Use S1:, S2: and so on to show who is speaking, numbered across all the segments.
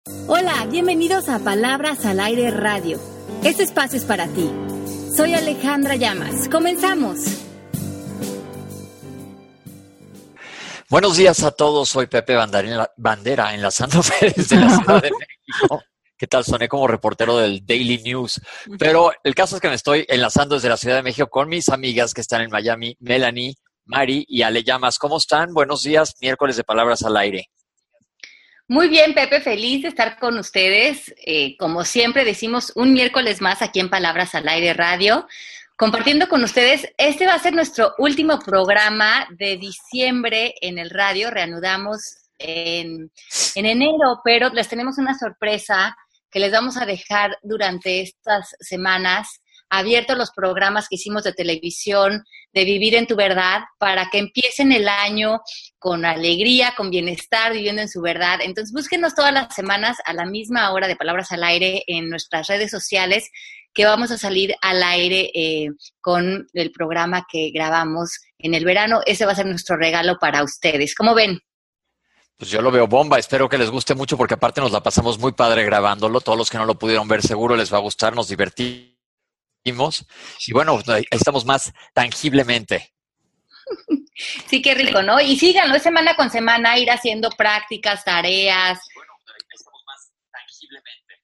S1: Hola, bienvenidos a Palabras al Aire Radio. Este espacio es para ti. Soy Alejandra Llamas. Comenzamos.
S2: Buenos días a todos, soy Pepe Bandera, enlazándome desde la Ciudad de México. ¿Qué tal? Soné como reportero del Daily News. Pero el caso es que me estoy enlazando desde la Ciudad de México con mis amigas que están en Miami, Melanie, Mari y Ale Llamas. ¿Cómo están? Buenos días, miércoles de Palabras al Aire.
S3: Muy bien, Pepe, feliz de estar con ustedes. Como siempre decimos, un miércoles más aquí en Palabras al Aire Radio, compartiendo con ustedes. Este va a ser nuestro último programa de diciembre en el radio. Reanudamos en enero, pero les tenemos una sorpresa que les vamos a dejar durante estas semanas. Abiertos los programas que hicimos de televisión, de Vivir en tu Verdad, para que empiecen el año con alegría, con bienestar, viviendo en su verdad. Entonces, búsquenos todas las semanas a la misma hora de Palabras al Aire en nuestras redes sociales, que vamos a salir al aire con el programa que grabamos en el verano. Ese va a ser nuestro regalo para ustedes. ¿Cómo ven?
S2: Pues yo lo veo bomba, espero que les guste mucho porque aparte nos la pasamos muy padre grabándolo. Todos los que no lo pudieron ver seguro les va a gustar, nos divertimos. Y bueno, ahí estamos más tangiblemente.
S3: Sí, qué rico, ¿no? Y síganlo, es semana con semana, ir haciendo prácticas, tareas.
S2: Bueno, ahí estamos más tangiblemente.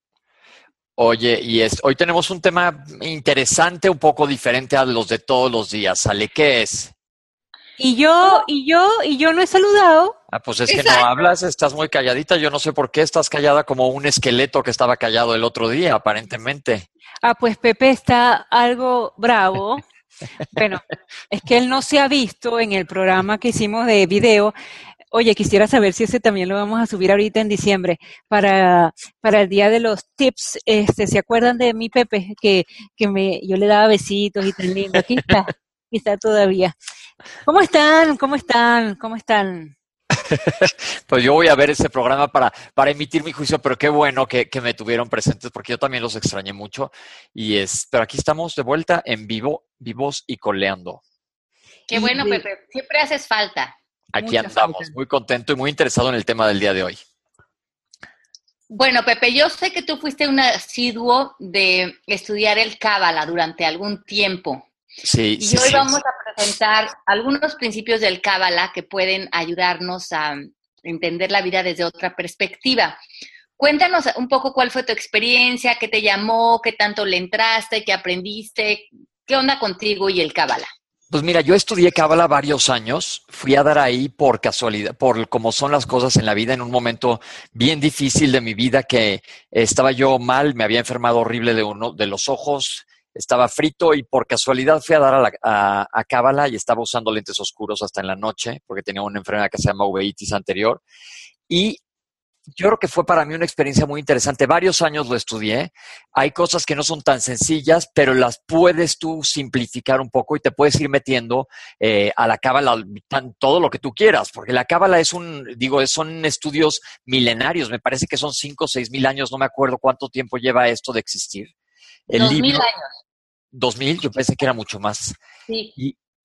S2: Oye, hoy tenemos un tema interesante, un poco diferente a los de todos los días. Ale, ¿qué es?
S4: Y yo no he saludado.
S2: Ah, pues es que no hablas, estás muy calladita. Yo no sé por qué estás callada como un esqueleto que estaba callado el otro día, aparentemente.
S4: Ah, pues Pepe está algo bravo. Bueno, es que él no se ha visto en el programa que hicimos de video. Oye, quisiera saber si ese también lo vamos a subir ahorita en diciembre para el día de los tips. ¿Se acuerdan de mi Pepe? Yo le daba besitos y tan lindo. Aquí está todavía. ¿Cómo están? ¿Cómo están? ¿Cómo están?
S2: Pues yo voy a ver ese programa para emitir mi juicio, pero qué bueno que me tuvieron presentes porque yo también los extrañé mucho. Pero aquí estamos de vuelta en vivo, vivos y coleando.
S3: Qué bueno, Pepe, siempre haces falta.
S2: Aquí andamos, muy contento y muy interesado en el tema del día de hoy.
S3: Bueno, Pepe, yo sé que tú fuiste un asiduo de estudiar el Cábala durante algún tiempo.
S2: Sí,
S3: y hoy vamos a presentar algunos principios del Cábala que pueden ayudarnos a entender la vida desde otra perspectiva. Cuéntanos un poco cuál fue tu experiencia, qué te llamó, qué tanto le entraste, qué aprendiste, qué onda contigo y el Cábala.
S2: Pues mira, yo estudié Cábala varios años, fui a dar ahí por casualidad, por cómo son las cosas en la vida, en un momento bien difícil de mi vida que estaba yo mal, me había enfermado horrible de uno de los ojos, estaba frito y por casualidad fui a dar a Cábala y estaba usando lentes oscuros hasta en la noche porque tenía una enfermedad que se llama uveitis anterior. Y yo creo que fue para mí una experiencia muy interesante. Varios años lo estudié. Hay cosas que no son tan sencillas, pero las puedes tú simplificar un poco y te puedes ir metiendo a la Cábala todo lo que tú quieras, porque la Cábala son estudios milenarios. Me parece que son 5 o 6 mil años. No me acuerdo cuánto tiempo lleva esto de existir.
S3: 2000 años.
S2: 2000, yo pensé que era mucho más.
S3: Sí.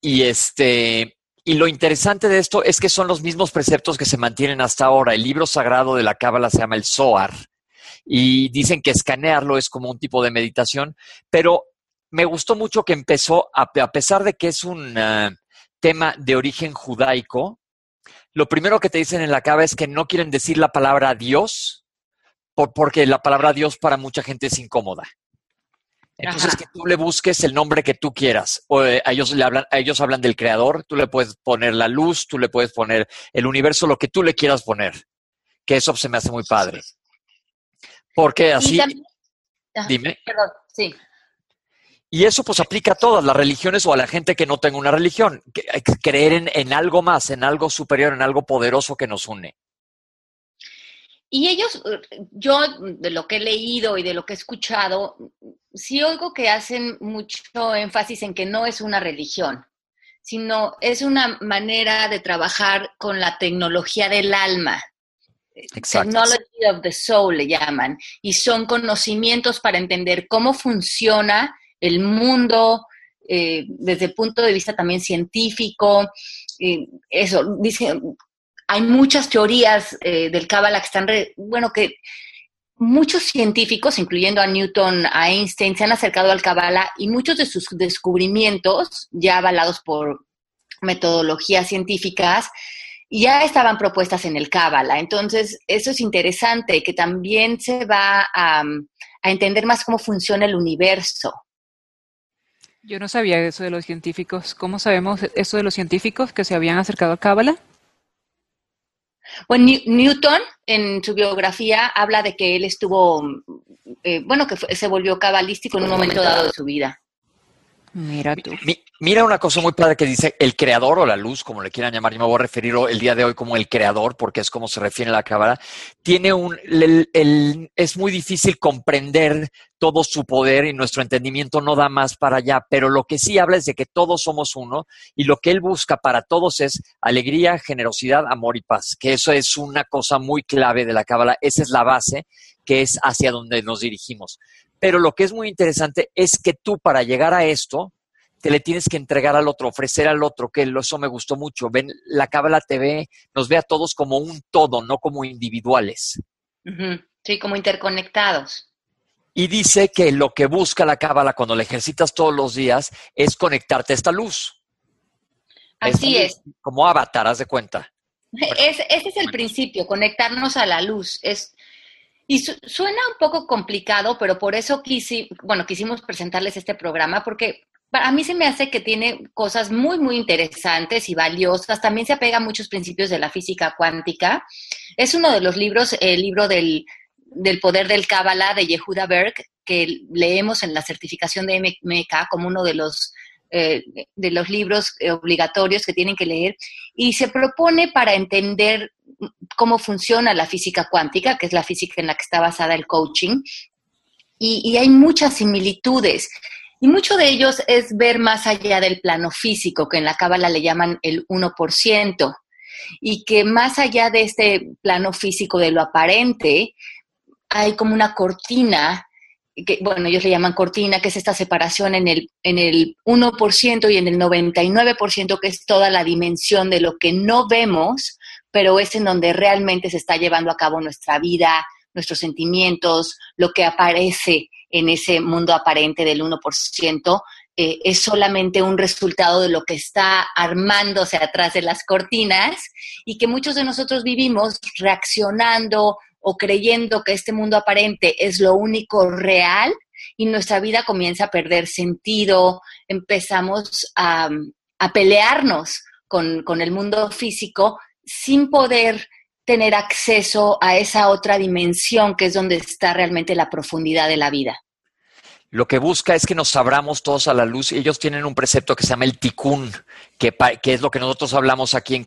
S2: Y lo interesante de esto es que son los mismos preceptos que se mantienen hasta ahora. El libro sagrado de la Cábala se llama el Zohar y dicen que escanearlo es como un tipo de meditación, pero me gustó mucho que empezó, a pesar de que es un tema de origen judaico, lo primero que te dicen en la Cábala es que no quieren decir la palabra Dios, porque la palabra Dios para mucha gente es incómoda. Entonces, que tú le busques el nombre que tú quieras. Ellos hablan del creador, tú le puedes poner la luz, tú le puedes poner el universo, lo que tú le quieras poner. Que eso se me hace muy padre. Porque así... Dime.
S3: Perdón, sí.
S2: Y eso pues aplica a todas las religiones o a la gente que no tenga una religión. Creer en algo más, en algo superior, en algo poderoso que nos une.
S3: Y ellos, yo de lo que he leído y de lo que he escuchado, sí oigo que hacen mucho énfasis en que no es una religión, sino es una manera de trabajar con la tecnología del alma.
S2: Exacto.
S3: Technology of the soul le llaman. Y son conocimientos para entender cómo funciona el mundo desde el punto de vista también científico. Eso, dicen... hay muchas teorías del Cábala que están, que muchos científicos, incluyendo a Newton, a Einstein, se han acercado al Cábala y muchos de sus descubrimientos, ya avalados por metodologías científicas, ya estaban propuestas en el Cábala. Entonces, eso es interesante, que también se va a entender más cómo funciona el universo.
S4: Yo no sabía eso de los científicos. ¿Cómo sabemos eso de los científicos que se habían acercado al Cábala?
S3: Bueno, Newton, en su biografía, habla de que él estuvo, se volvió cabalístico en un momento dado de su vida.
S4: Mira tú.
S2: Mira una cosa muy padre que dice el creador o la luz, como le quieran llamar. Yo me voy a referir el día de hoy como el creador, porque es como se refiere a la Cábala. Tiene es muy difícil comprender todo su poder y nuestro entendimiento no da más para allá, pero lo que sí habla es de que todos somos uno y lo que él busca para todos es alegría, generosidad, amor y paz, que eso es una cosa muy clave de la Cábala. Esa es la base, que es hacia donde nos dirigimos. Pero lo que es muy interesante es que tú, para llegar a esto, te le tienes que entregar al otro, ofrecer al otro, que eso me gustó mucho. Ven, la Cábala nos ve a todos como un todo, no como individuales.
S3: Uh-huh. Sí, como interconectados.
S2: Y dice que lo que busca la Cábala cuando la ejercitas todos los días es conectarte a esta luz.
S3: Así es.
S2: Como Avatar, haz de cuenta.
S3: Ese es el principio, conectarnos a la luz. Y suena un poco complicado, pero por eso quisimos presentarles este programa, porque a mí se me hace que tiene cosas muy, muy interesantes y valiosas. También se apega a muchos principios de la física cuántica. Es uno de los libros, el libro del poder del Cábala de Yehuda Berg, que leemos en la certificación de MK como uno de los libros obligatorios que tienen que leer, y se propone para entender cómo funciona la física cuántica, que es la física en la que está basada el coaching, y hay muchas similitudes. Y mucho de ellos es ver más allá del plano físico, que en la Cábala le llaman el 1%, y que más allá de este plano físico de lo aparente, hay como una cortina, que, ellos le llaman cortina, que es esta separación en el 1% y en el 99%, que es toda la dimensión de lo que no vemos, pero es en donde realmente se está llevando a cabo nuestra vida, nuestros sentimientos, lo que aparece en ese mundo aparente del 1%, es solamente un resultado de lo que está armándose atrás de las cortinas y que muchos de nosotros vivimos reaccionando o creyendo que este mundo aparente es lo único real y nuestra vida comienza a perder sentido, empezamos a pelearnos con el mundo físico sin poder tener acceso a esa otra dimensión que es donde está realmente la profundidad de la vida.
S2: Lo que busca es que nos abramos todos a la luz. Ellos tienen un precepto que se llama el tikkun, que es lo que nosotros hablamos aquí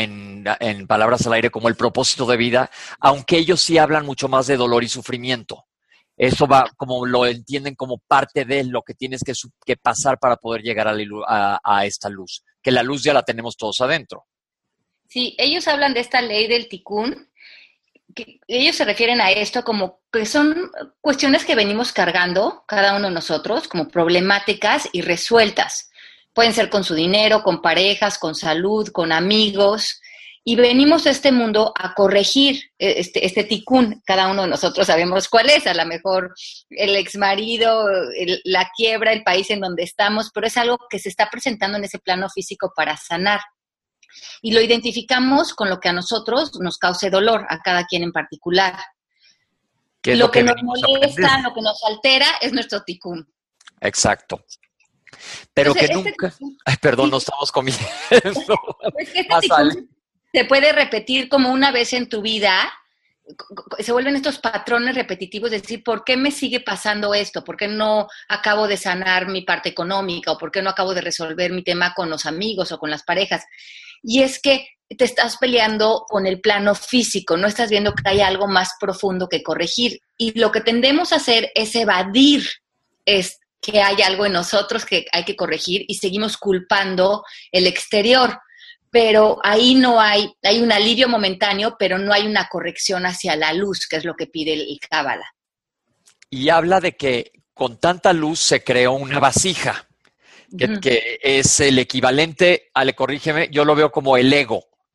S2: en Palabras al Aire como el propósito de vida, aunque ellos sí hablan mucho más de dolor y sufrimiento. Eso va, como lo entienden, como parte de lo que tienes que pasar para poder llegar a esta luz, que la luz ya la tenemos todos adentro.
S3: Sí, ellos hablan de esta ley del tikkun, que ellos se refieren a esto como que son cuestiones que venimos cargando cada uno de nosotros como problemáticas irresueltas. Pueden ser con su dinero, con parejas, con salud, con amigos. Y venimos a este mundo a corregir este tikkun. Cada uno de nosotros sabemos cuál es. A lo mejor el exmarido, la quiebra, el país en donde estamos, pero es algo que se está presentando en ese plano físico para sanar. Y lo identificamos con lo que a nosotros nos cause dolor, a cada quien en particular. Lo que nos molesta, lo que nos altera es nuestro tikkun.
S2: Exacto. Pero entonces, que nunca... Ay, perdón, sí. No estamos comiendo.
S3: Es que este tikkun se puede repetir como una vez en tu vida. Se vuelven estos patrones repetitivos de decir, ¿por qué me sigue pasando esto? ¿Por qué no acabo de sanar mi parte económica? ¿O por qué no acabo de resolver mi tema con los amigos o con las parejas? Y es que te estás peleando con el plano físico, no estás viendo que hay algo más profundo que corregir. Y lo que tendemos a hacer es evadir que hay algo en nosotros que hay que corregir y seguimos culpando el exterior. Pero ahí no hay un alivio momentáneo, pero no hay una corrección hacia la luz, que es lo que pide el Cábala.
S2: Y habla de que con tanta luz se creó una vasija, que es el equivalente, Ale, corrígeme, yo lo veo como el ego.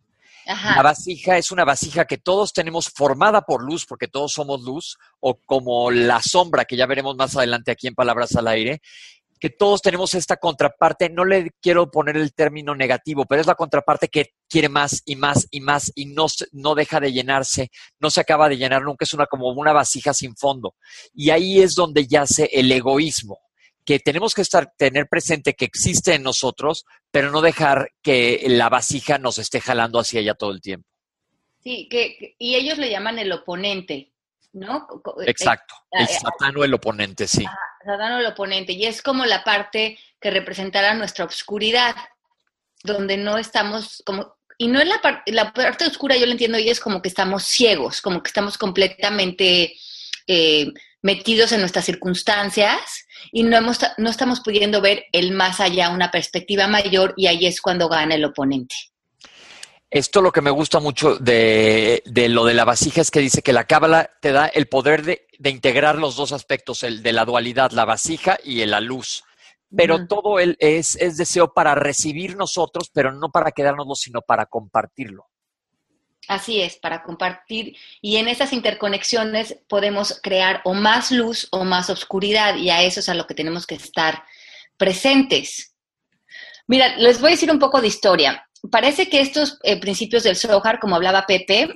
S3: Ajá.
S2: La vasija es una vasija que todos tenemos formada por luz, porque todos somos luz, o como la sombra, que ya veremos más adelante aquí en Palabras al Aire, que todos tenemos esta contraparte. No le quiero poner el término negativo, pero es la contraparte que quiere más y más y más y no deja de llenarse, no se acaba de llenar nunca, es como una vasija sin fondo. Y ahí es donde yace el egoísmo, que tenemos que tener presente que existe en nosotros, pero no dejar que la vasija nos esté jalando hacia ella todo el tiempo.
S3: Sí, y ellos le llaman el oponente, ¿no?
S2: Exacto, el Satán o el oponente, sí.
S3: Satán o el oponente, y es como la parte que representará nuestra obscuridad, donde no estamos como... Y no es la parte oscura, yo lo entiendo, y es como que estamos ciegos, como que estamos completamente metidos en nuestras circunstancias y no estamos pudiendo ver el más allá, una perspectiva mayor, y ahí es cuando gana el oponente.
S2: Esto lo que me gusta mucho de lo de la vasija es que dice que la Cábala te da el poder de integrar los dos aspectos, el de la dualidad, la vasija y la luz. Pero todo es deseo para recibir nosotros, pero no para quedárnoslo, sino para compartirlo.
S3: Así es, para compartir, y en esas interconexiones podemos crear o más luz o más oscuridad, y a eso es a lo que tenemos que estar presentes. Mira, les voy a decir un poco de historia. Parece que estos principios del Zohar, como hablaba Pepe,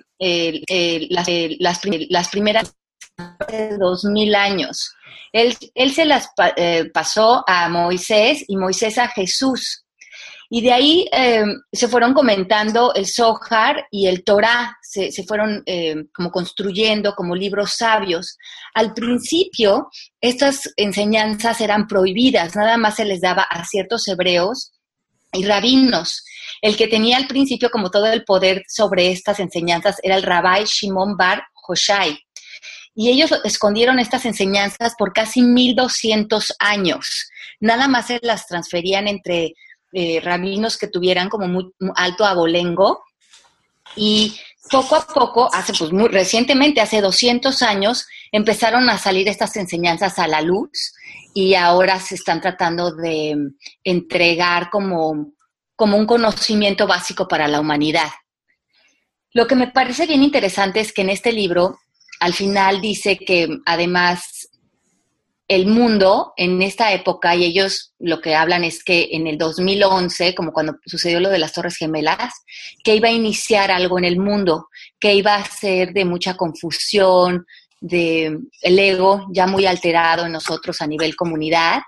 S3: las primeras de 2000 años, él se las pasó a Moisés y Moisés a Jesús. Y de ahí se fueron comentando el Zohar y el Torah, se fueron como construyendo como libros sabios. Al principio, estas enseñanzas eran prohibidas, nada más se les daba a ciertos hebreos y rabinos. El que tenía al principio como todo el poder sobre estas enseñanzas era el Rabbi Shimon Bar Joshai. Y ellos escondieron estas enseñanzas por casi 1200 años. Nada más se las transferían entre rabinos que tuvieran como muy alto abolengo, y poco a poco, muy recientemente, hace 200 años, empezaron a salir estas enseñanzas a la luz, y ahora se están tratando de entregar como un conocimiento básico para la humanidad. Lo que me parece bien interesante es que en este libro, al final dice que además el mundo en esta época, y ellos lo que hablan es que en el 2011, como cuando sucedió lo de las Torres Gemelas, que iba a iniciar algo en el mundo, que iba a ser de mucha confusión, de el ego ya muy alterado en nosotros a nivel comunidad,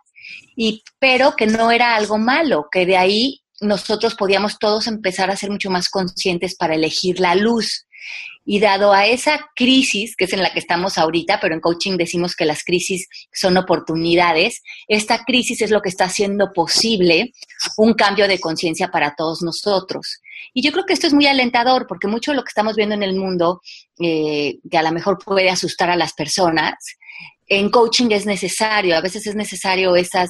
S3: pero que no era algo malo, que de ahí nosotros podíamos todos empezar a ser mucho más conscientes para elegir la luz. Y dado a esa crisis, que es en la que estamos ahorita, pero en coaching decimos que las crisis son oportunidades, esta crisis es lo que está haciendo posible un cambio de conciencia para todos nosotros. Y yo creo que esto es muy alentador, porque mucho de lo que estamos viendo en el mundo, que a lo mejor puede asustar a las personas, en coaching es necesario. A veces es necesario esas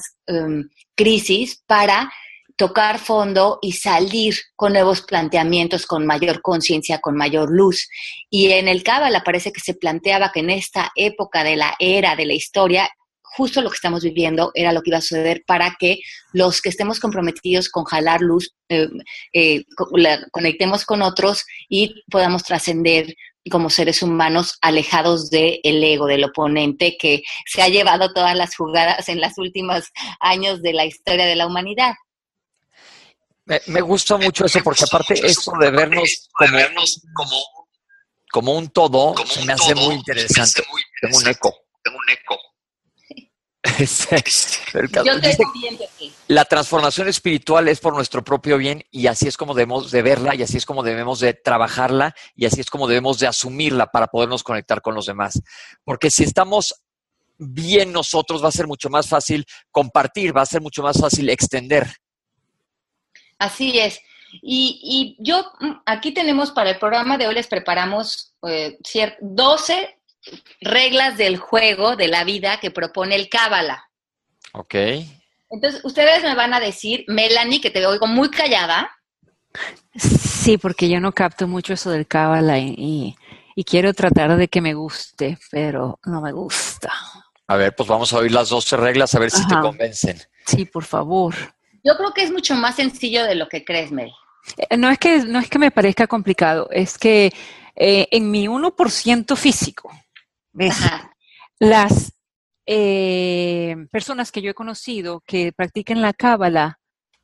S3: crisis para tocar fondo y salir con nuevos planteamientos, con mayor conciencia, con mayor luz. Y en el Cábala parece que se planteaba que en esta época de la era de la historia, justo lo que estamos viviendo era lo que iba a suceder para que los que estemos comprometidos con jalar luz, conectemos con otros y podamos trascender como seres humanos alejados del ego, del oponente que se ha llevado todas las jugadas en los últimos años de la historia de la humanidad.
S2: Me gusta mucho eso, porque aparte eso de vernos como un todo, se me hace muy interesante. Tengo un eco.
S3: Yo te entiendo.
S2: La transformación espiritual es por nuestro propio bien, y así es como debemos de verla, y así es como debemos de trabajarla, y así es como debemos de asumirla para podernos conectar con los demás. Porque si estamos bien nosotros, va a ser mucho más fácil compartir, va a ser mucho más fácil extender.
S3: Así es. Y yo, aquí tenemos para el programa de hoy, les preparamos 12 reglas del juego de la vida que propone el Cábala.
S2: Ok.
S3: Entonces, ustedes me van a decir, Melanie, que te oigo muy callada.
S4: Sí, porque yo no capto mucho eso del Cábala y quiero tratar de que me guste, pero no me gusta.
S2: A ver, pues vamos a oír las 12 reglas a ver si te convencen.
S4: Sí, por favor.
S3: Yo creo que es mucho más sencillo de lo que crees, Mel.
S4: No es que me parezca complicado, es que en mi 1% físico, ¿ves?
S3: Ajá.
S4: Las personas que yo he conocido que practican la cábala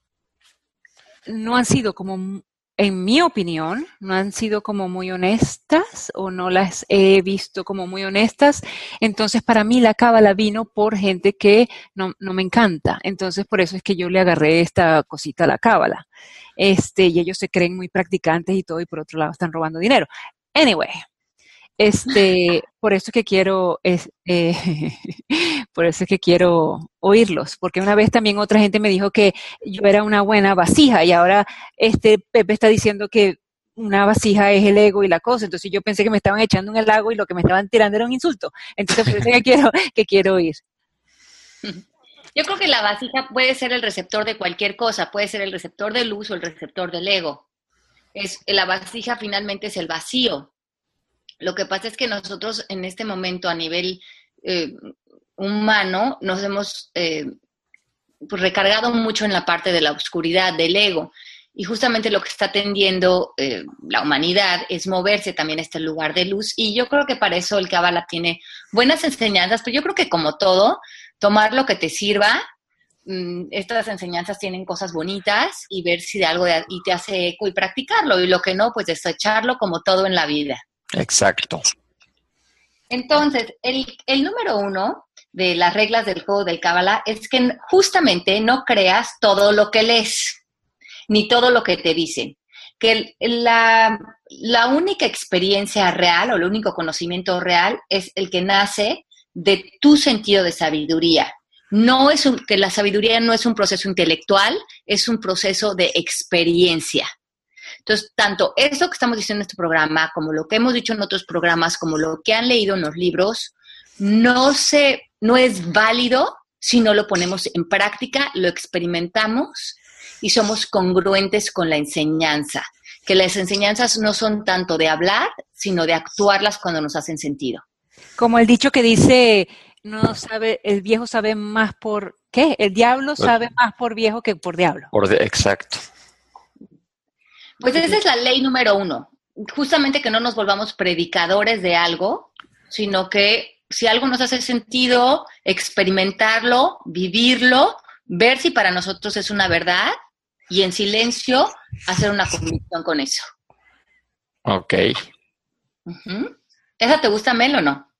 S4: no han sido como, en mi opinión, no han sido como muy honestas o no las he visto como muy honestas. Entonces, para mí la cábala vino por gente que no me encanta. Entonces, por eso es que yo le agarré esta cosita a la cábala. Y ellos se creen muy practicantes y todo, y por otro lado están robando dinero. Anyway. Por eso es que quiero, por eso es que quiero oírlos, porque una vez también otra gente me dijo que yo era una buena vasija y ahora Pepe está diciendo que una vasija es el ego y la cosa, entonces yo pensé que me estaban echando en el lago y lo que me estaban tirando era un insulto, entonces por eso es que quiero oír.
S3: Yo creo que la vasija puede ser el receptor de cualquier cosa, puede ser el receptor de luz o el receptor del ego. La vasija finalmente es el vacío. Lo que pasa es que nosotros en este momento a nivel humano nos hemos pues recargado mucho en la parte de la oscuridad, del ego. Y justamente lo que está tendiendo la humanidad es moverse también a este lugar de luz. Y yo creo que para eso el Cábala tiene buenas enseñanzas, pero yo creo que como todo, tomar lo que te sirva. Estas enseñanzas tienen cosas bonitas y ver si de algo y te hace eco y practicarlo. Y lo que no, pues desecharlo como todo en la vida.
S2: Exacto.
S3: Entonces, el número 1 de las reglas del juego del Cábala es que justamente no creas todo lo que lees, ni todo lo que te dicen. Que la única experiencia real o el único conocimiento real es el que nace de tu sentido de sabiduría. Que la sabiduría no es un proceso intelectual, es un proceso de experiencia. Entonces, tanto esto que estamos diciendo en este programa, como lo que hemos dicho en otros programas, como lo que han leído en los libros, no es válido si no lo ponemos en práctica, lo experimentamos y somos congruentes con la enseñanza. Que las enseñanzas no son tanto de hablar, sino de actuarlas cuando nos hacen sentido.
S4: Como el dicho que dice, el viejo sabe más por, ¿qué? El diablo sabe más por viejo que por diablo.
S2: Exacto.
S3: Pues esa es la ley número 1. Justamente que no nos volvamos predicadores de algo, sino que si algo nos hace sentido, experimentarlo, vivirlo, ver si para nosotros es una verdad y en silencio hacer una conexión con eso.
S2: Ok.
S3: Uh-huh. ¿Esa te gusta, Mel, o no?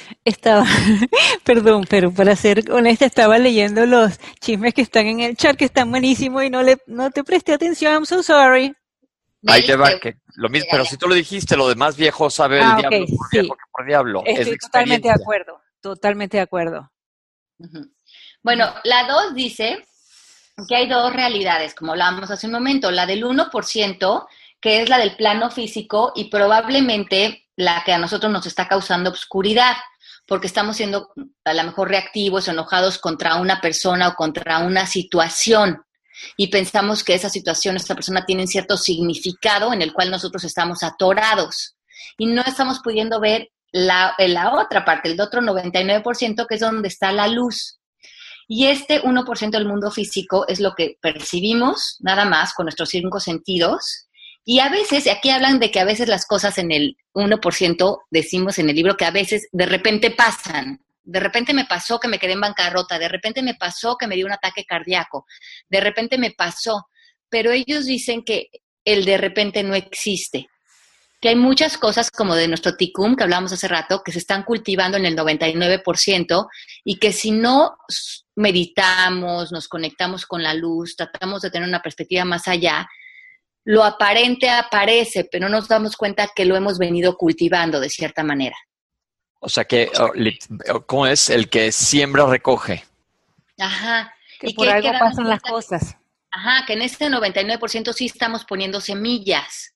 S4: Perdón, pero para ser honesta, estaba leyendo los chismes que están en el chat, que están buenísimos y no te presté atención. I'm so sorry.
S2: Ahí te va, que lo mismo, pero si tú lo dijiste, lo demás viejo sabe el diablo
S4: okay,
S2: por viejo que por diablo.
S4: Estoy totalmente de acuerdo.
S3: Uh-huh. Bueno, la 2 dice que hay 2 realidades, como hablábamos hace un momento, la del 1%, que es la del plano físico y probablemente la que a nosotros nos está causando obscuridad, porque estamos siendo a lo mejor reactivos, enojados contra una persona o contra una situación. Y pensamos que esa situación, esta persona tiene cierto significado en el cual nosotros estamos atorados y no estamos pudiendo ver la otra parte, el otro 99%, que es donde está la luz. Y este 1% del mundo físico es lo que percibimos nada más con nuestros 5 sentidos. Y a veces, aquí hablan de que a veces las cosas en el 1%, decimos en el libro que a veces de repente pasan. De repente me pasó que me quedé en bancarrota, de repente me pasó que me dio un ataque cardíaco, de repente me pasó, pero ellos dicen que el de repente no existe, que hay muchas cosas como de nuestro Tikkun, que hablábamos hace rato, que se están cultivando en el 99% y que si no meditamos, nos conectamos con la luz, tratamos de tener una perspectiva más allá, lo aparente aparece, pero no nos damos cuenta que lo hemos venido cultivando de cierta manera.
S2: O sea que, ¿cómo es? El que siembra recoge.
S3: Ajá.
S4: Que
S3: y
S4: por algo pasan las cosas.
S3: Ajá, que en este 99% sí estamos poniendo semillas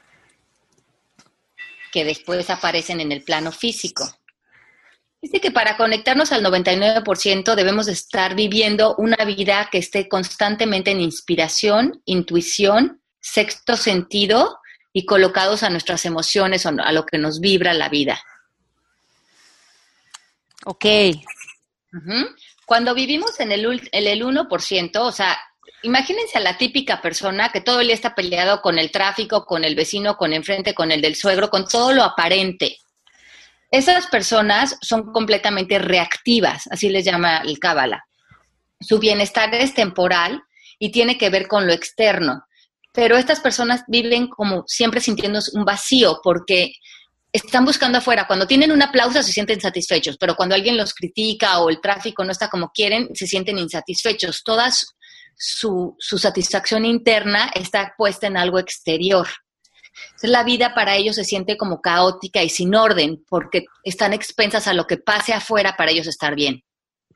S3: que después aparecen en el plano físico. Dice que para conectarnos al 99% debemos estar viviendo una vida que esté constantemente en inspiración, intuición, sexto sentido y colocados a nuestras emociones o a lo que nos vibra la vida.
S4: Ok.
S3: Uh-huh. Cuando vivimos en el 1%, o sea, imagínense a la típica persona que todo el día está peleado con el tráfico, con el vecino, con enfrente, con el del suegro, con todo lo aparente. Esas personas son completamente reactivas, así les llama el Cábala. Su bienestar es temporal y tiene que ver con lo externo. Pero estas personas viven como siempre sintiendo un vacío porque están buscando afuera. Cuando tienen un aplauso se sienten satisfechos, pero cuando alguien los critica o el tráfico no está como quieren, se sienten insatisfechos. Toda su satisfacción interna está puesta en algo exterior. Entonces, la vida para ellos se siente como caótica y sin orden porque están expensas a lo que pase afuera para ellos estar bien.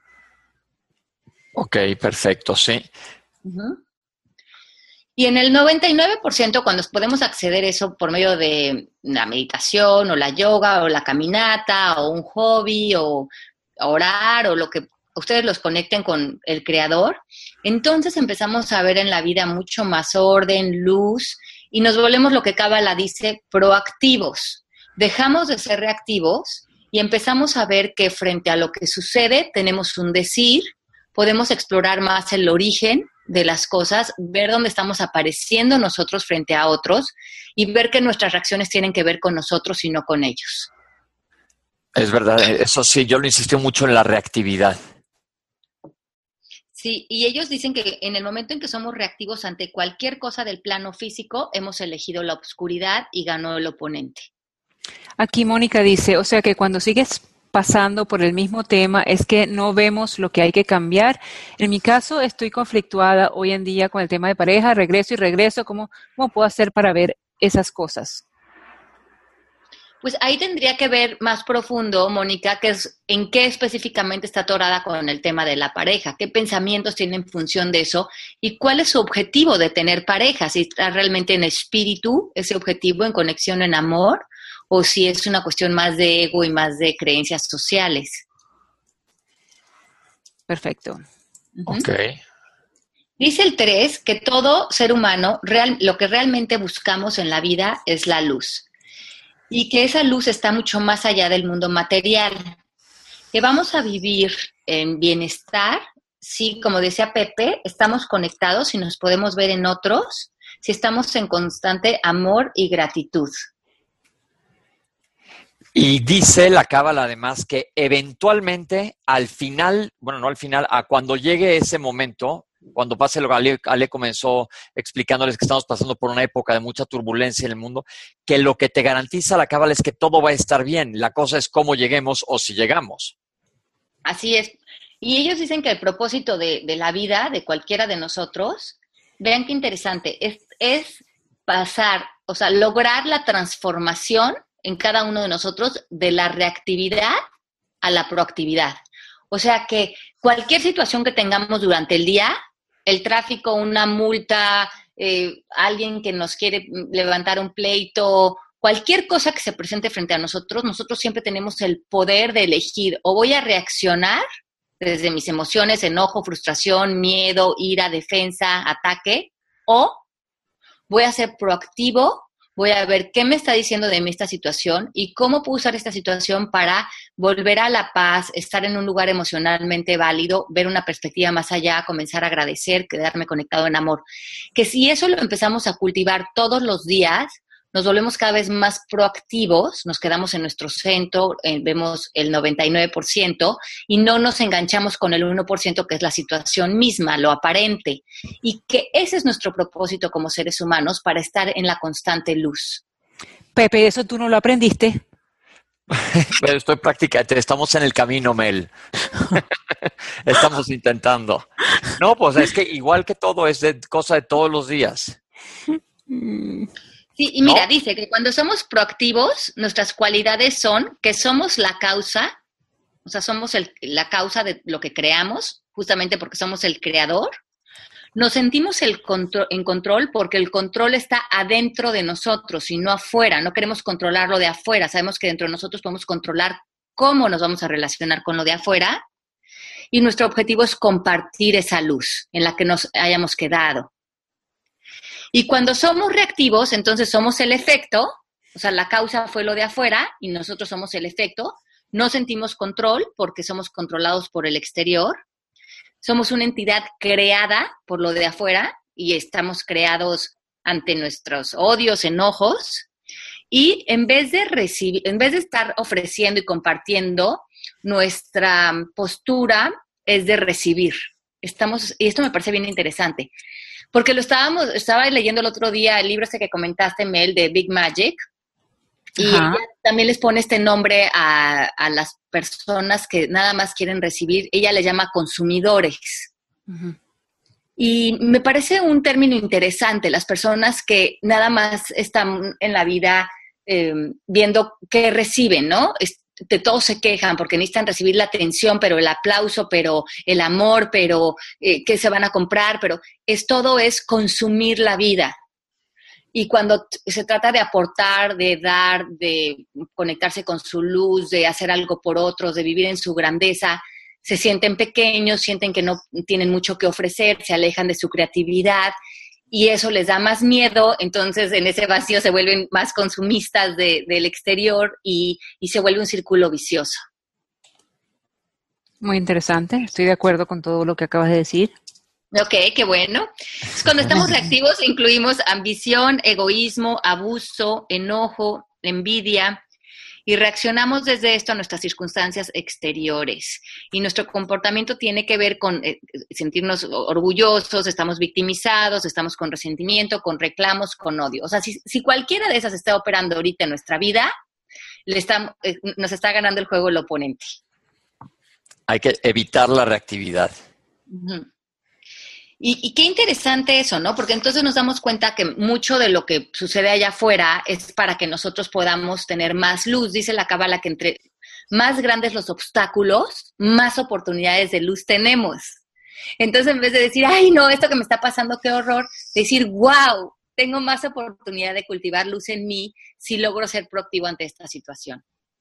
S2: Ok, perfecto, sí.
S3: Uh-huh. Y en el 99%, cuando podemos acceder a eso por medio de la meditación o la yoga o la caminata o un hobby o orar o lo que ustedes los conecten con el Creador, entonces empezamos a ver en la vida mucho más orden, luz y nos volvemos lo que Cábala dice, proactivos. Dejamos de ser reactivos y empezamos a ver que frente a lo que sucede tenemos un decir, podemos explorar más el origen de las cosas, ver dónde estamos apareciendo nosotros frente a otros y ver que nuestras reacciones tienen que ver con nosotros y no con ellos.
S2: Es verdad, eso sí, yo lo insistí mucho en la reactividad.
S3: Sí, y ellos dicen que en el momento en que somos reactivos ante cualquier cosa del plano físico, hemos elegido la oscuridad y ganó el oponente.
S4: Aquí Mónica dice, o sea que cuando sigues pasando por el mismo tema es que no vemos lo que hay que cambiar. En mi caso estoy conflictuada hoy en día con el tema de pareja, regreso y regreso. ¿Cómo puedo hacer para ver esas cosas?
S3: Pues ahí tendría que ver más profundo, Mónica, que es en qué específicamente está atorada con el tema de la pareja, qué pensamientos tiene en función de eso y cuál es su objetivo de tener pareja, si está realmente en espíritu, ese objetivo en conexión en amor, o si es una cuestión más de ego y más de creencias sociales.
S4: Perfecto.
S2: Ok.
S3: Dice el 3 que todo ser humano, lo que realmente buscamos en la vida es la luz. Y que esa luz está mucho más allá del mundo material, que vamos a vivir en bienestar, si, como decía Pepe, estamos conectados y nos podemos ver en otros, si estamos en constante amor y gratitud.
S2: Y dice la Cábala además que eventualmente al final, bueno, no al final, a cuando llegue ese momento, cuando pase lo que Ale comenzó explicándoles que estamos pasando por una época de mucha turbulencia en el mundo, que lo que te garantiza la Cábala es que todo va a estar bien. La cosa es cómo lleguemos o si llegamos.
S3: Así es. Y ellos dicen que el propósito de la vida de cualquiera de nosotros, vean qué interesante, es pasar, o sea, lograr la transformación en cada uno de nosotros de la reactividad a la proactividad. O sea que cualquier situación que tengamos durante el día, el tráfico, una multa, alguien que nos quiere levantar un pleito, cualquier cosa que se presente frente a nosotros, nosotros siempre tenemos el poder de elegir o voy a reaccionar desde mis emociones, enojo, frustración, miedo, ira, defensa, ataque, o voy a ser proactivo, voy a ver qué me está diciendo de mí esta situación y cómo puedo usar esta situación para volver a la paz, estar en un lugar emocionalmente válido, ver una perspectiva más allá, comenzar a agradecer, quedarme conectado en amor. Que si eso lo empezamos a cultivar todos los días, nos volvemos cada vez más proactivos, nos quedamos en nuestro centro, vemos el 99% y no nos enganchamos con el 1% que es la situación misma, lo aparente. Y que ese es nuestro propósito como seres humanos para estar en la constante luz.
S4: Pepe, ¿eso tú no lo aprendiste?
S2: Pero estoy practicando, estamos en el camino, Mel. Estamos intentando. No, pues es que igual que todo es cosa de todos los días.
S3: Sí, y mira, ¿no? Dice que cuando somos proactivos, nuestras cualidades son que somos la causa, o sea, somos la causa de lo que creamos, justamente porque somos el creador. Nos sentimos en control porque el control está adentro de nosotros y no afuera. No queremos controlarlo de afuera. Sabemos que dentro de nosotros podemos controlar cómo nos vamos a relacionar con lo de afuera. Y nuestro objetivo es compartir esa luz en la que nos hayamos quedado. Y cuando somos reactivos, entonces somos el efecto, o sea, la causa fue lo de afuera y nosotros somos el efecto. No sentimos control porque somos controlados por el exterior. somos una entidad creada por lo de afuera y estamos creados ante nuestros odios, enojos, y en vez de recibir, en vez de estar ofreciendo y compartiendo, nuestra postura es de recibir. Y esto me parece bien interesante, porque estaba leyendo el otro día el libro ese que comentaste, Mel, de Big Magic, y ella también les pone este nombre a las personas que nada más quieren recibir. Ella les llama consumidores. Uh-huh. Y me parece un término interesante, las personas que nada más están en la vida viendo qué reciben, ¿no? De todos se quejan porque necesitan recibir la atención, pero el aplauso, pero el amor, pero qué se van a comprar, pero todo es consumir la vida. Y cuando se trata de aportar, de dar, de conectarse con su luz, de hacer algo por otros, de vivir en su grandeza, se sienten pequeños, sienten que no tienen mucho que ofrecer, se alejan de su creatividad y eso les da más miedo. Entonces en ese vacío se vuelven más consumistas del exterior y se vuelve un círculo vicioso.
S4: Muy interesante, estoy de acuerdo con todo lo que acabas de decir.
S3: Ok, qué bueno. Cuando estamos reactivos incluimos ambición, egoísmo, abuso, enojo, envidia y reaccionamos desde esto a nuestras circunstancias exteriores. Y nuestro comportamiento tiene que ver con sentirnos orgullosos, estamos victimizados, estamos con resentimiento, con reclamos, con odio. O sea, si cualquiera de esas está operando ahorita en nuestra vida, nos está ganando el juego el oponente.
S2: Hay que evitar la reactividad.
S3: Uh-huh. Y qué interesante eso, ¿no? Porque entonces nos damos cuenta que mucho de lo que sucede allá afuera es para que nosotros podamos tener más luz. Dice la Cábala que entre más grandes los obstáculos, más oportunidades de luz tenemos. Entonces, en vez de decir, ay, no, esto que me está pasando, qué horror, decir, wow, tengo más oportunidad de cultivar luz en mí si logro ser proactivo ante esta situación.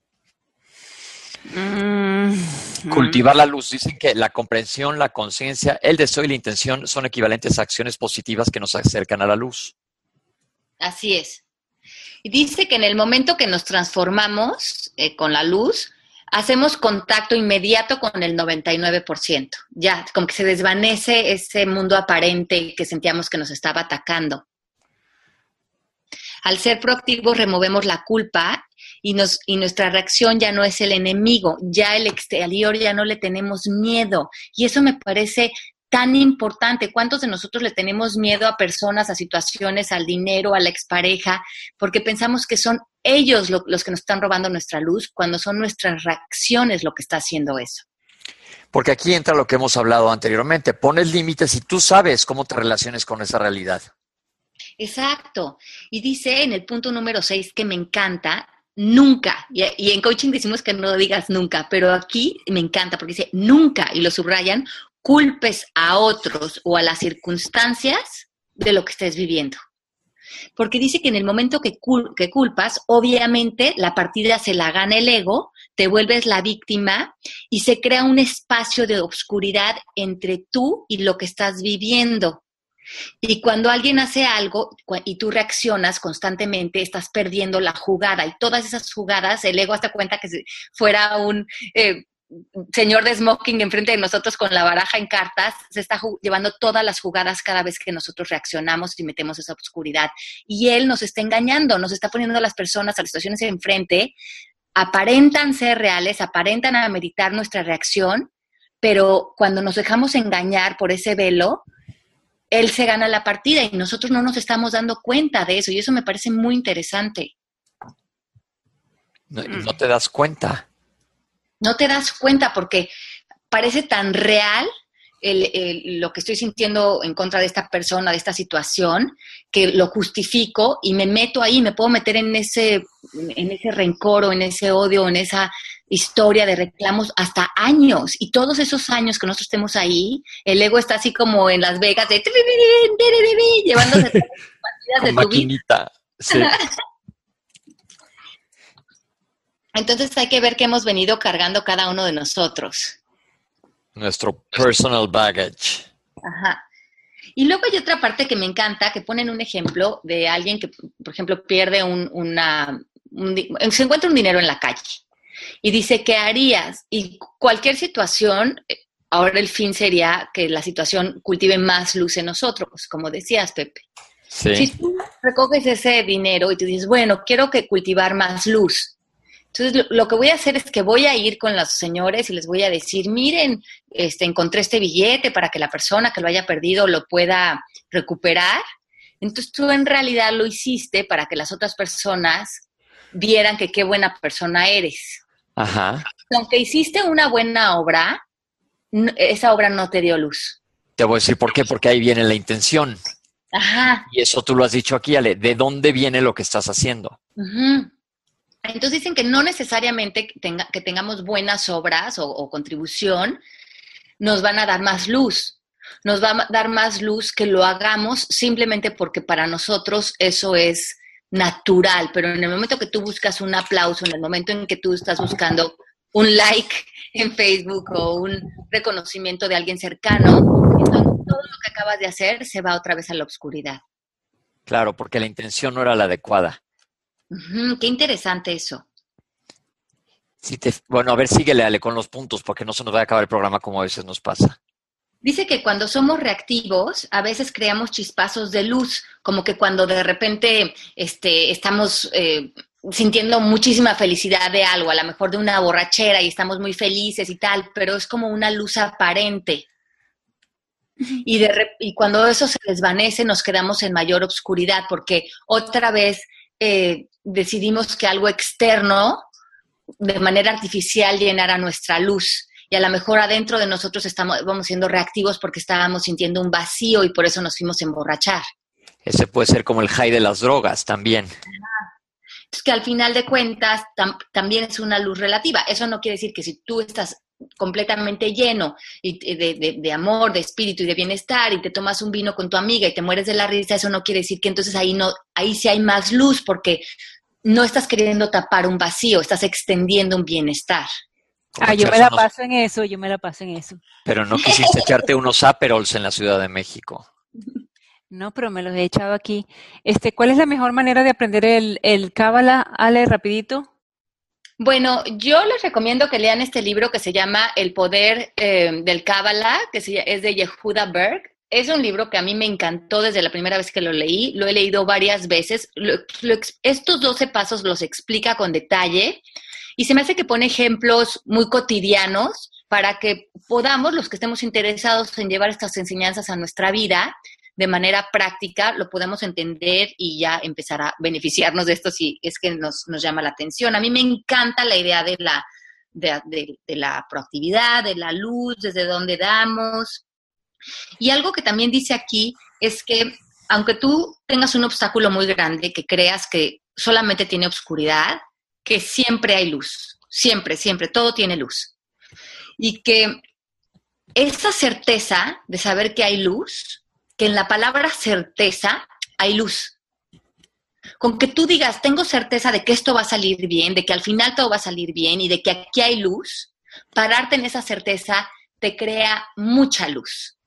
S2: Cultivar la luz. Dicen que la comprensión, la conciencia, el deseo y la intención son equivalentes a acciones positivas que nos acercan a la luz.
S3: Así es. Y dice que en el momento que nos transformamos con la luz, hacemos contacto inmediato con el 99%. Ya, como que se desvanece ese mundo aparente que sentíamos que nos estaba atacando. Al ser proactivos removemos la culpa y nuestra reacción ya no es el enemigo, ya el exterior ya no le tenemos miedo. Y eso me parece tan importante. ¿Cuántos de nosotros le tenemos miedo a personas, a situaciones, al dinero, a la expareja? Porque pensamos que son ellos los que nos están robando nuestra luz, cuando son nuestras reacciones lo que está haciendo eso.
S2: Porque aquí entra lo que hemos hablado anteriormente. Pones límites y tú sabes cómo te relaciones con esa realidad.
S3: Exacto. Y dice en el punto número 6 que me encanta, nunca, y en coaching decimos que no digas nunca, pero aquí me encanta porque dice nunca, y lo subrayan, culpes a otros o a las circunstancias de lo que estés viviendo. Porque dice que en el momento que culpas, obviamente la partida se la gana el ego, te vuelves la víctima y se crea un espacio de obscuridad entre tú y lo que estás viviendo. Y cuando alguien hace algo y tú reaccionas constantemente, estás perdiendo la jugada. Y todas esas jugadas, el ego hasta cuenta que si fuera un señor de smoking enfrente de nosotros con la baraja en cartas, se está llevando todas las jugadas cada vez que nosotros reaccionamos y metemos esa oscuridad. Y él nos está engañando, nos está poniendo a las personas, a las situaciones enfrente, aparentan ser reales, aparentan ameritar nuestra reacción, pero cuando nos dejamos engañar por ese velo, él se gana la partida y nosotros no nos estamos dando cuenta de eso. Y eso me parece muy interesante.
S2: No te das cuenta.
S3: No te das cuenta porque parece tan real lo que estoy sintiendo en contra de esta persona, de esta situación, que lo justifico y me meto ahí, me puedo meter en ese rencor o en ese odio o en esa historia de reclamos hasta años. Y todos esos años que nosotros estemos ahí, el ego está así como en Las Vegas, llevándose todas las partidas de tu vida.
S2: Sí.
S3: Entonces hay que ver qué hemos venido cargando cada uno de nosotros.
S2: Nuestro personal baggage.
S3: Ajá. Y luego hay otra parte que me encanta, que ponen un ejemplo de alguien que, por ejemplo, pierde se encuentra un dinero en la calle y dice, ¿qué harías? Y cualquier situación ahora el fin sería que la situación cultive más luz en nosotros, como decías, Pepe.
S2: Sí.
S3: Si tú recoges ese dinero y tú dices, bueno, quiero que cultivar más luz. Entonces, lo que voy a hacer es que voy a ir con los señores y les voy a decir, miren, encontré este billete para que la persona que lo haya perdido lo pueda recuperar. Entonces, tú en realidad lo hiciste para que las otras personas vieran que qué buena persona eres.
S2: Ajá.
S3: Aunque hiciste una buena obra, esa obra no te dio luz.
S2: Te voy a decir por qué, porque ahí viene la intención.
S3: Ajá.
S2: Y eso tú lo has dicho aquí, Ale. ¿De dónde viene lo que estás haciendo?
S3: Uh-huh. Entonces dicen que no necesariamente que tengamos buenas obras o contribución nos van a dar más luz. Nos va a dar más luz que lo hagamos simplemente porque para nosotros eso es natural. Pero en el momento que tú buscas un aplauso, en el momento en que tú estás buscando un like en Facebook o un reconocimiento de alguien cercano, entonces todo lo que acabas de hacer se va otra vez a la oscuridad.
S2: Claro, porque la intención no era la adecuada.
S3: Uh-huh, qué interesante eso.
S2: Bueno, a ver, síguele, Ale, con los puntos, porque no se nos va a acabar el programa como a veces nos pasa.
S3: Dice que cuando somos reactivos, a veces creamos chispazos de luz, como que cuando de repente estamos sintiendo muchísima felicidad de algo, a lo mejor de una borrachera y estamos muy felices y tal, pero es como una luz aparente. Y cuando eso se desvanece, nos quedamos en mayor oscuridad, porque otra vez decidimos que algo externo, de manera artificial, llenara nuestra luz. Y a lo mejor adentro de nosotros vamos siendo reactivos porque estábamos sintiendo un vacío y por eso nos fuimos a emborrachar.
S2: Ese puede ser como el high de las drogas también.
S3: Entonces, que al final de cuentas también es una luz relativa. Eso no quiere decir que si tú estás completamente lleno de amor, de espíritu y de bienestar y te tomas un vino con tu amiga y te mueres de la risa, eso no quiere decir que entonces ahí sí hay más luz porque no estás queriendo tapar un vacío, estás extendiendo un bienestar.
S4: Yo me la paso en eso.
S2: Pero no quisiste echarte unos Aperols en la Ciudad de México.
S4: No, pero me los he echado aquí. ¿Cuál es la mejor manera de aprender el Cábala, Ale, rapidito?
S3: Bueno, yo les recomiendo que lean este libro que se llama El poder del Cábala, que es de Yehuda Berg. Es un libro que a mí me encantó desde la primera vez que lo leí. Lo he leído varias veces. Estos 12 pasos los explica con detalle y se me hace que pone ejemplos muy cotidianos para que podamos, los que estemos interesados en llevar estas enseñanzas a nuestra vida, de manera práctica, lo podemos entender y ya empezar a beneficiarnos de esto si es que nos llama la atención. A mí me encanta la idea de la proactividad, de la luz, desde donde damos. Y algo que también dice aquí es que aunque tú tengas un obstáculo muy grande, que creas que solamente tiene oscuridad, que siempre hay luz. Siempre, siempre, todo tiene luz. Y que esa certeza de saber que hay luz, que en la palabra certeza hay luz. Con que tú digas, tengo certeza de que esto va a salir bien, de que al final todo va a salir bien y de que aquí hay luz, pararte en esa certeza te crea mucha luz.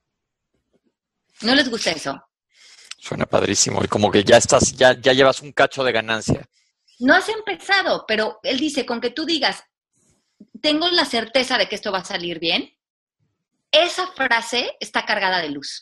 S3: ¿No les gusta eso?
S2: Suena padrísimo y como que ya llevas un cacho de ganancia.
S3: No has empezado, pero él dice, con que tú digas, tengo la certeza de que esto va a salir bien, esa frase está cargada de luz.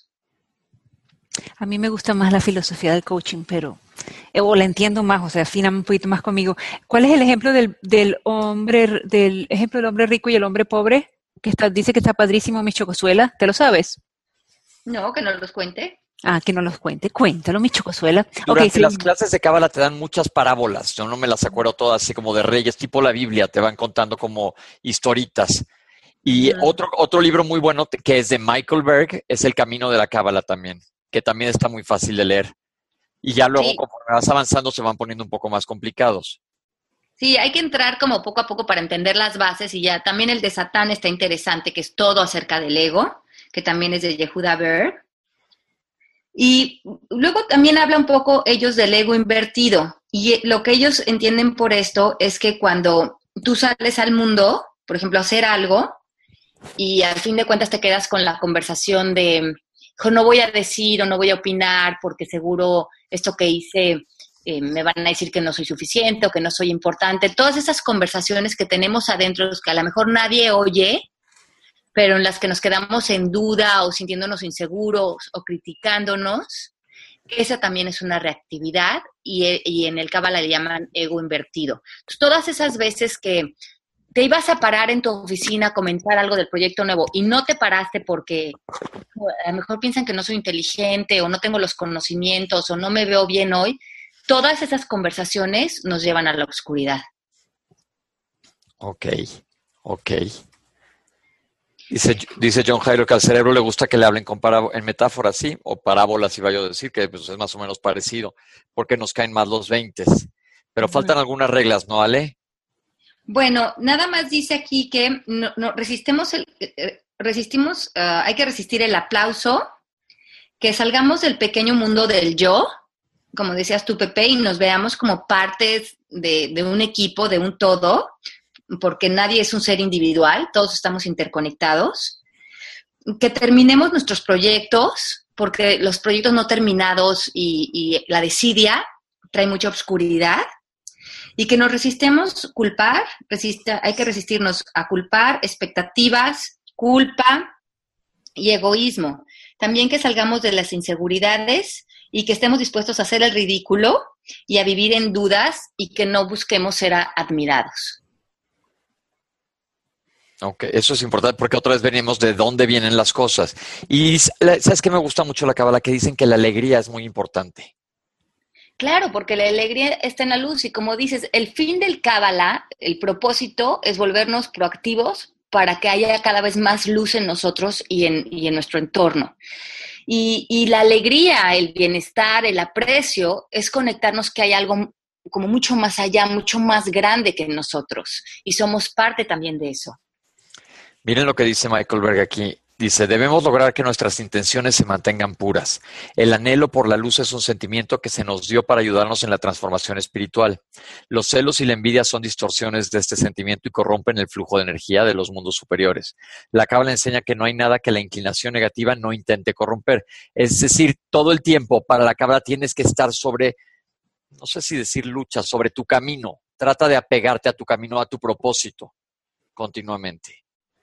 S4: A mí me gusta más la filosofía del coaching, pero la entiendo más, o sea, afina un poquito más conmigo. ¿Cuál es el ejemplo del hombre rico y el hombre pobre? Dice que está padrísimo, mi Chocosuela. ¿Te lo sabes?
S3: No, que no los cuente.
S4: Que no los cuente. Cuéntalo, mi Chocosuela.
S2: Durante las clases de Cábala te dan muchas parábolas. Yo no me las acuerdo todas, así como de reyes, tipo la Biblia. Te van contando como historitas. Y otro libro muy bueno que es de Michael Berg es El Camino de la Cábala también, que también está muy fácil de leer. Y ya luego, conforme vas avanzando, se van poniendo un poco más complicados.
S3: Sí, hay que entrar como poco a poco para entender las bases y ya. También el de Satán está interesante, que es todo acerca del ego, que también es de Yehuda Berg. Y luego también habla un poco ellos del ego invertido. Y lo que ellos entienden por esto es que cuando tú sales al mundo, por ejemplo, a hacer algo, y al fin de cuentas te quedas con la conversación de no voy a decir o no voy a opinar porque seguro esto que hice me van a decir que no soy suficiente o que no soy importante. Todas esas conversaciones que tenemos adentro, que a lo mejor nadie oye, pero en las que nos quedamos en duda o sintiéndonos inseguros o criticándonos, esa también es una reactividad y en el Cábala le llaman ego invertido. Entonces, todas esas veces que te ibas a parar en tu oficina a comentar algo del proyecto nuevo y no te paraste porque a lo mejor piensan que no soy inteligente o no tengo los conocimientos o no me veo bien hoy, todas esas conversaciones nos llevan a la oscuridad.
S2: Ok. Dice John Jairo que al cerebro le gusta que le hablen en metáforas, sí, o parábolas, iba yo a decir, que pues, es más o menos parecido, porque nos caen más los 20. Pero faltan algunas reglas, ¿no, Ale?
S3: Bueno, nada más dice aquí que hay que resistir el aplauso, que salgamos del pequeño mundo del yo, como decías tú, Pepe, y nos veamos como partes de un equipo, de un todo, porque nadie es un ser individual, todos estamos interconectados. Que terminemos nuestros proyectos, porque los proyectos no terminados y la desidia trae mucha oscuridad. Y que nos resistemos hay que resistirnos a culpar, expectativas, culpa y egoísmo. También que salgamos de las inseguridades y que estemos dispuestos a hacer el ridículo y a vivir en dudas y que no busquemos ser admirados.
S2: Ok, eso es importante porque otra vez venimos de dónde vienen las cosas. Y ¿sabes qué me gusta mucho la Cábala? Que dicen que la alegría es muy importante.
S3: Claro, porque la alegría está en la luz y como dices, el fin del Cábala, el propósito es volvernos proactivos para que haya cada vez más luz en nosotros y en nuestro entorno. Y la alegría, el bienestar, el aprecio es conectarnos que hay algo como mucho más allá, mucho más grande que nosotros y somos parte también de eso.
S2: Miren lo que dice Michael Berg aquí. Dice, debemos lograr que nuestras intenciones se mantengan puras. El anhelo por la luz es un sentimiento que se nos dio para ayudarnos en la transformación espiritual. Los celos y la envidia son distorsiones de este sentimiento y corrompen el flujo de energía de los mundos superiores. La Cábala enseña que no hay nada que la inclinación negativa no intente corromper. Es decir, todo el tiempo para la Cábala tienes que estar sobre, no sé si decir lucha, sobre tu camino. Trata de apegarte a tu camino, a tu propósito, continuamente.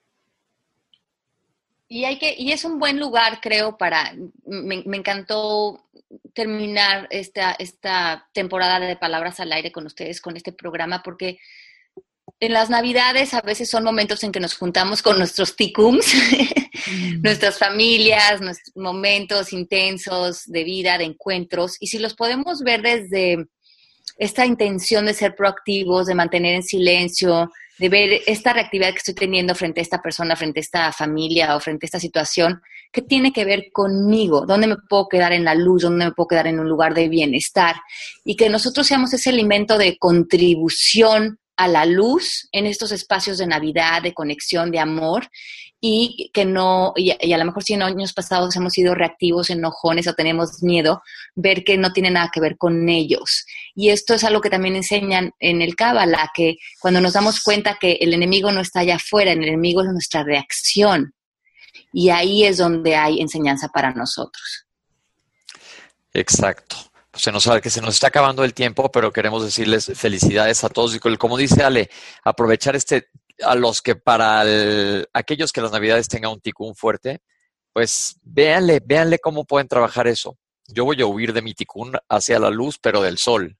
S3: Y es un buen lugar, creo, me encantó terminar esta temporada de Palabras al Aire con ustedes, con este programa, porque en las Navidades a veces son momentos en que nos juntamos con nuestros ticums, nuestras familias, nuestros momentos intensos de vida, de encuentros, y si los podemos ver desde esta intención de ser proactivos, de mantener en silencio, de ver esta reactividad que estoy teniendo frente a esta persona, frente a esta familia o frente a esta situación, ¿qué tiene que ver conmigo? ¿Dónde me puedo quedar en la luz? ¿Dónde me puedo quedar en un lugar de bienestar? Y que nosotros seamos ese elemento de contribución a la luz en estos espacios de Navidad, de conexión, de amor, y que no, y a lo mejor si en años pasados hemos sido reactivos, enojones o tenemos miedo, ver que no tiene nada que ver con ellos. Y esto es algo que también enseñan en el Cábala, que cuando nos damos cuenta que el enemigo no está allá afuera, el enemigo es nuestra reacción. Y ahí es donde hay enseñanza para nosotros.
S2: Exacto. Se nos está acabando el tiempo, pero queremos decirles felicidades a todos. Y como dice Ale, aprovechar a los que aquellos que las Navidades tengan un ticún fuerte, pues véanle cómo pueden trabajar eso. Yo voy a huir de mi ticún hacia la luz, pero del sol.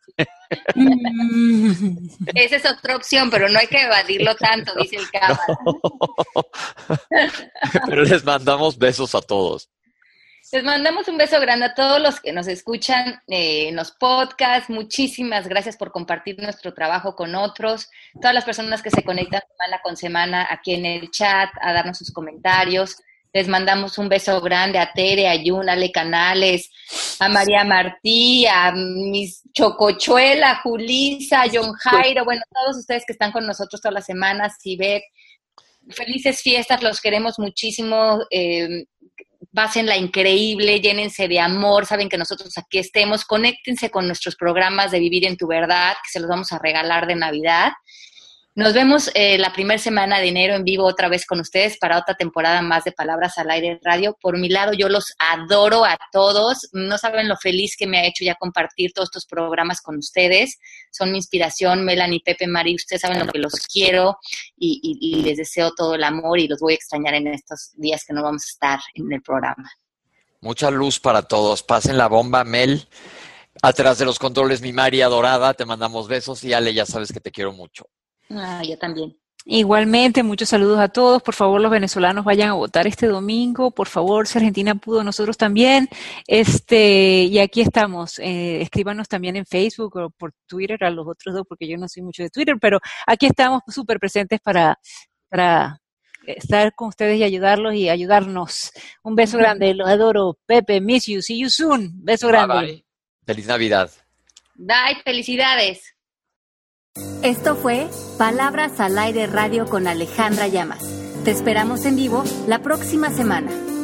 S3: Esa es otra opción, pero no hay que evadirlo tanto, dice el Cábala.
S2: No. Pero les mandamos besos a todos.
S3: Les mandamos un beso grande a todos los que nos escuchan en los podcasts. Muchísimas gracias por compartir nuestro trabajo con otros. Todas las personas que se conectan semana con semana aquí en el chat a darnos sus comentarios. Les mandamos un beso grande a Tere, a Yuna, a Ale Canales, a María Martí, a mis Chocochuela, a Julisa, a John Jairo. Bueno, todos ustedes que están con nosotros todas las semanas. Sibet, felices fiestas, los queremos muchísimo. Pásenla increíble, llénense de amor, saben que nosotros aquí estemos, conéctense con nuestros programas de Vivir en tu Verdad, que se los vamos a regalar de Navidad. Nos vemos la primera semana de enero en vivo otra vez con ustedes para otra temporada más de Palabras al Aire Radio. Por mi lado, yo los adoro a todos. No saben lo feliz que me ha hecho ya compartir todos estos programas con ustedes. Son mi inspiración, Melanie, Pepe, Mari. Ustedes saben lo que los quiero y les deseo todo el amor y los voy a extrañar en estos días que no vamos a estar en el programa.
S2: Mucha luz para todos. Pasen la bomba, Mel. Atrás de los controles, mi Mari adorada. Te mandamos besos y Ale, ya sabes que te quiero mucho.
S3: Yo también.
S4: Igualmente, muchos saludos a todos. Por favor, los venezolanos vayan a votar este domingo. Por favor, si Argentina pudo, nosotros también. Y aquí estamos. Escríbanos también en Facebook o por Twitter a los otros dos, porque yo no soy mucho de Twitter, pero aquí estamos súper presentes para estar con ustedes y ayudarlos y ayudarnos. Un beso grande. Los adoro. Pepe, miss you. See you soon. Beso grande.
S2: Bye, bye. Feliz Navidad.
S3: Bye, felicidades.
S1: Esto fue Palabras al Aire Radio con Alejandra Llamas. Te esperamos en vivo la próxima semana.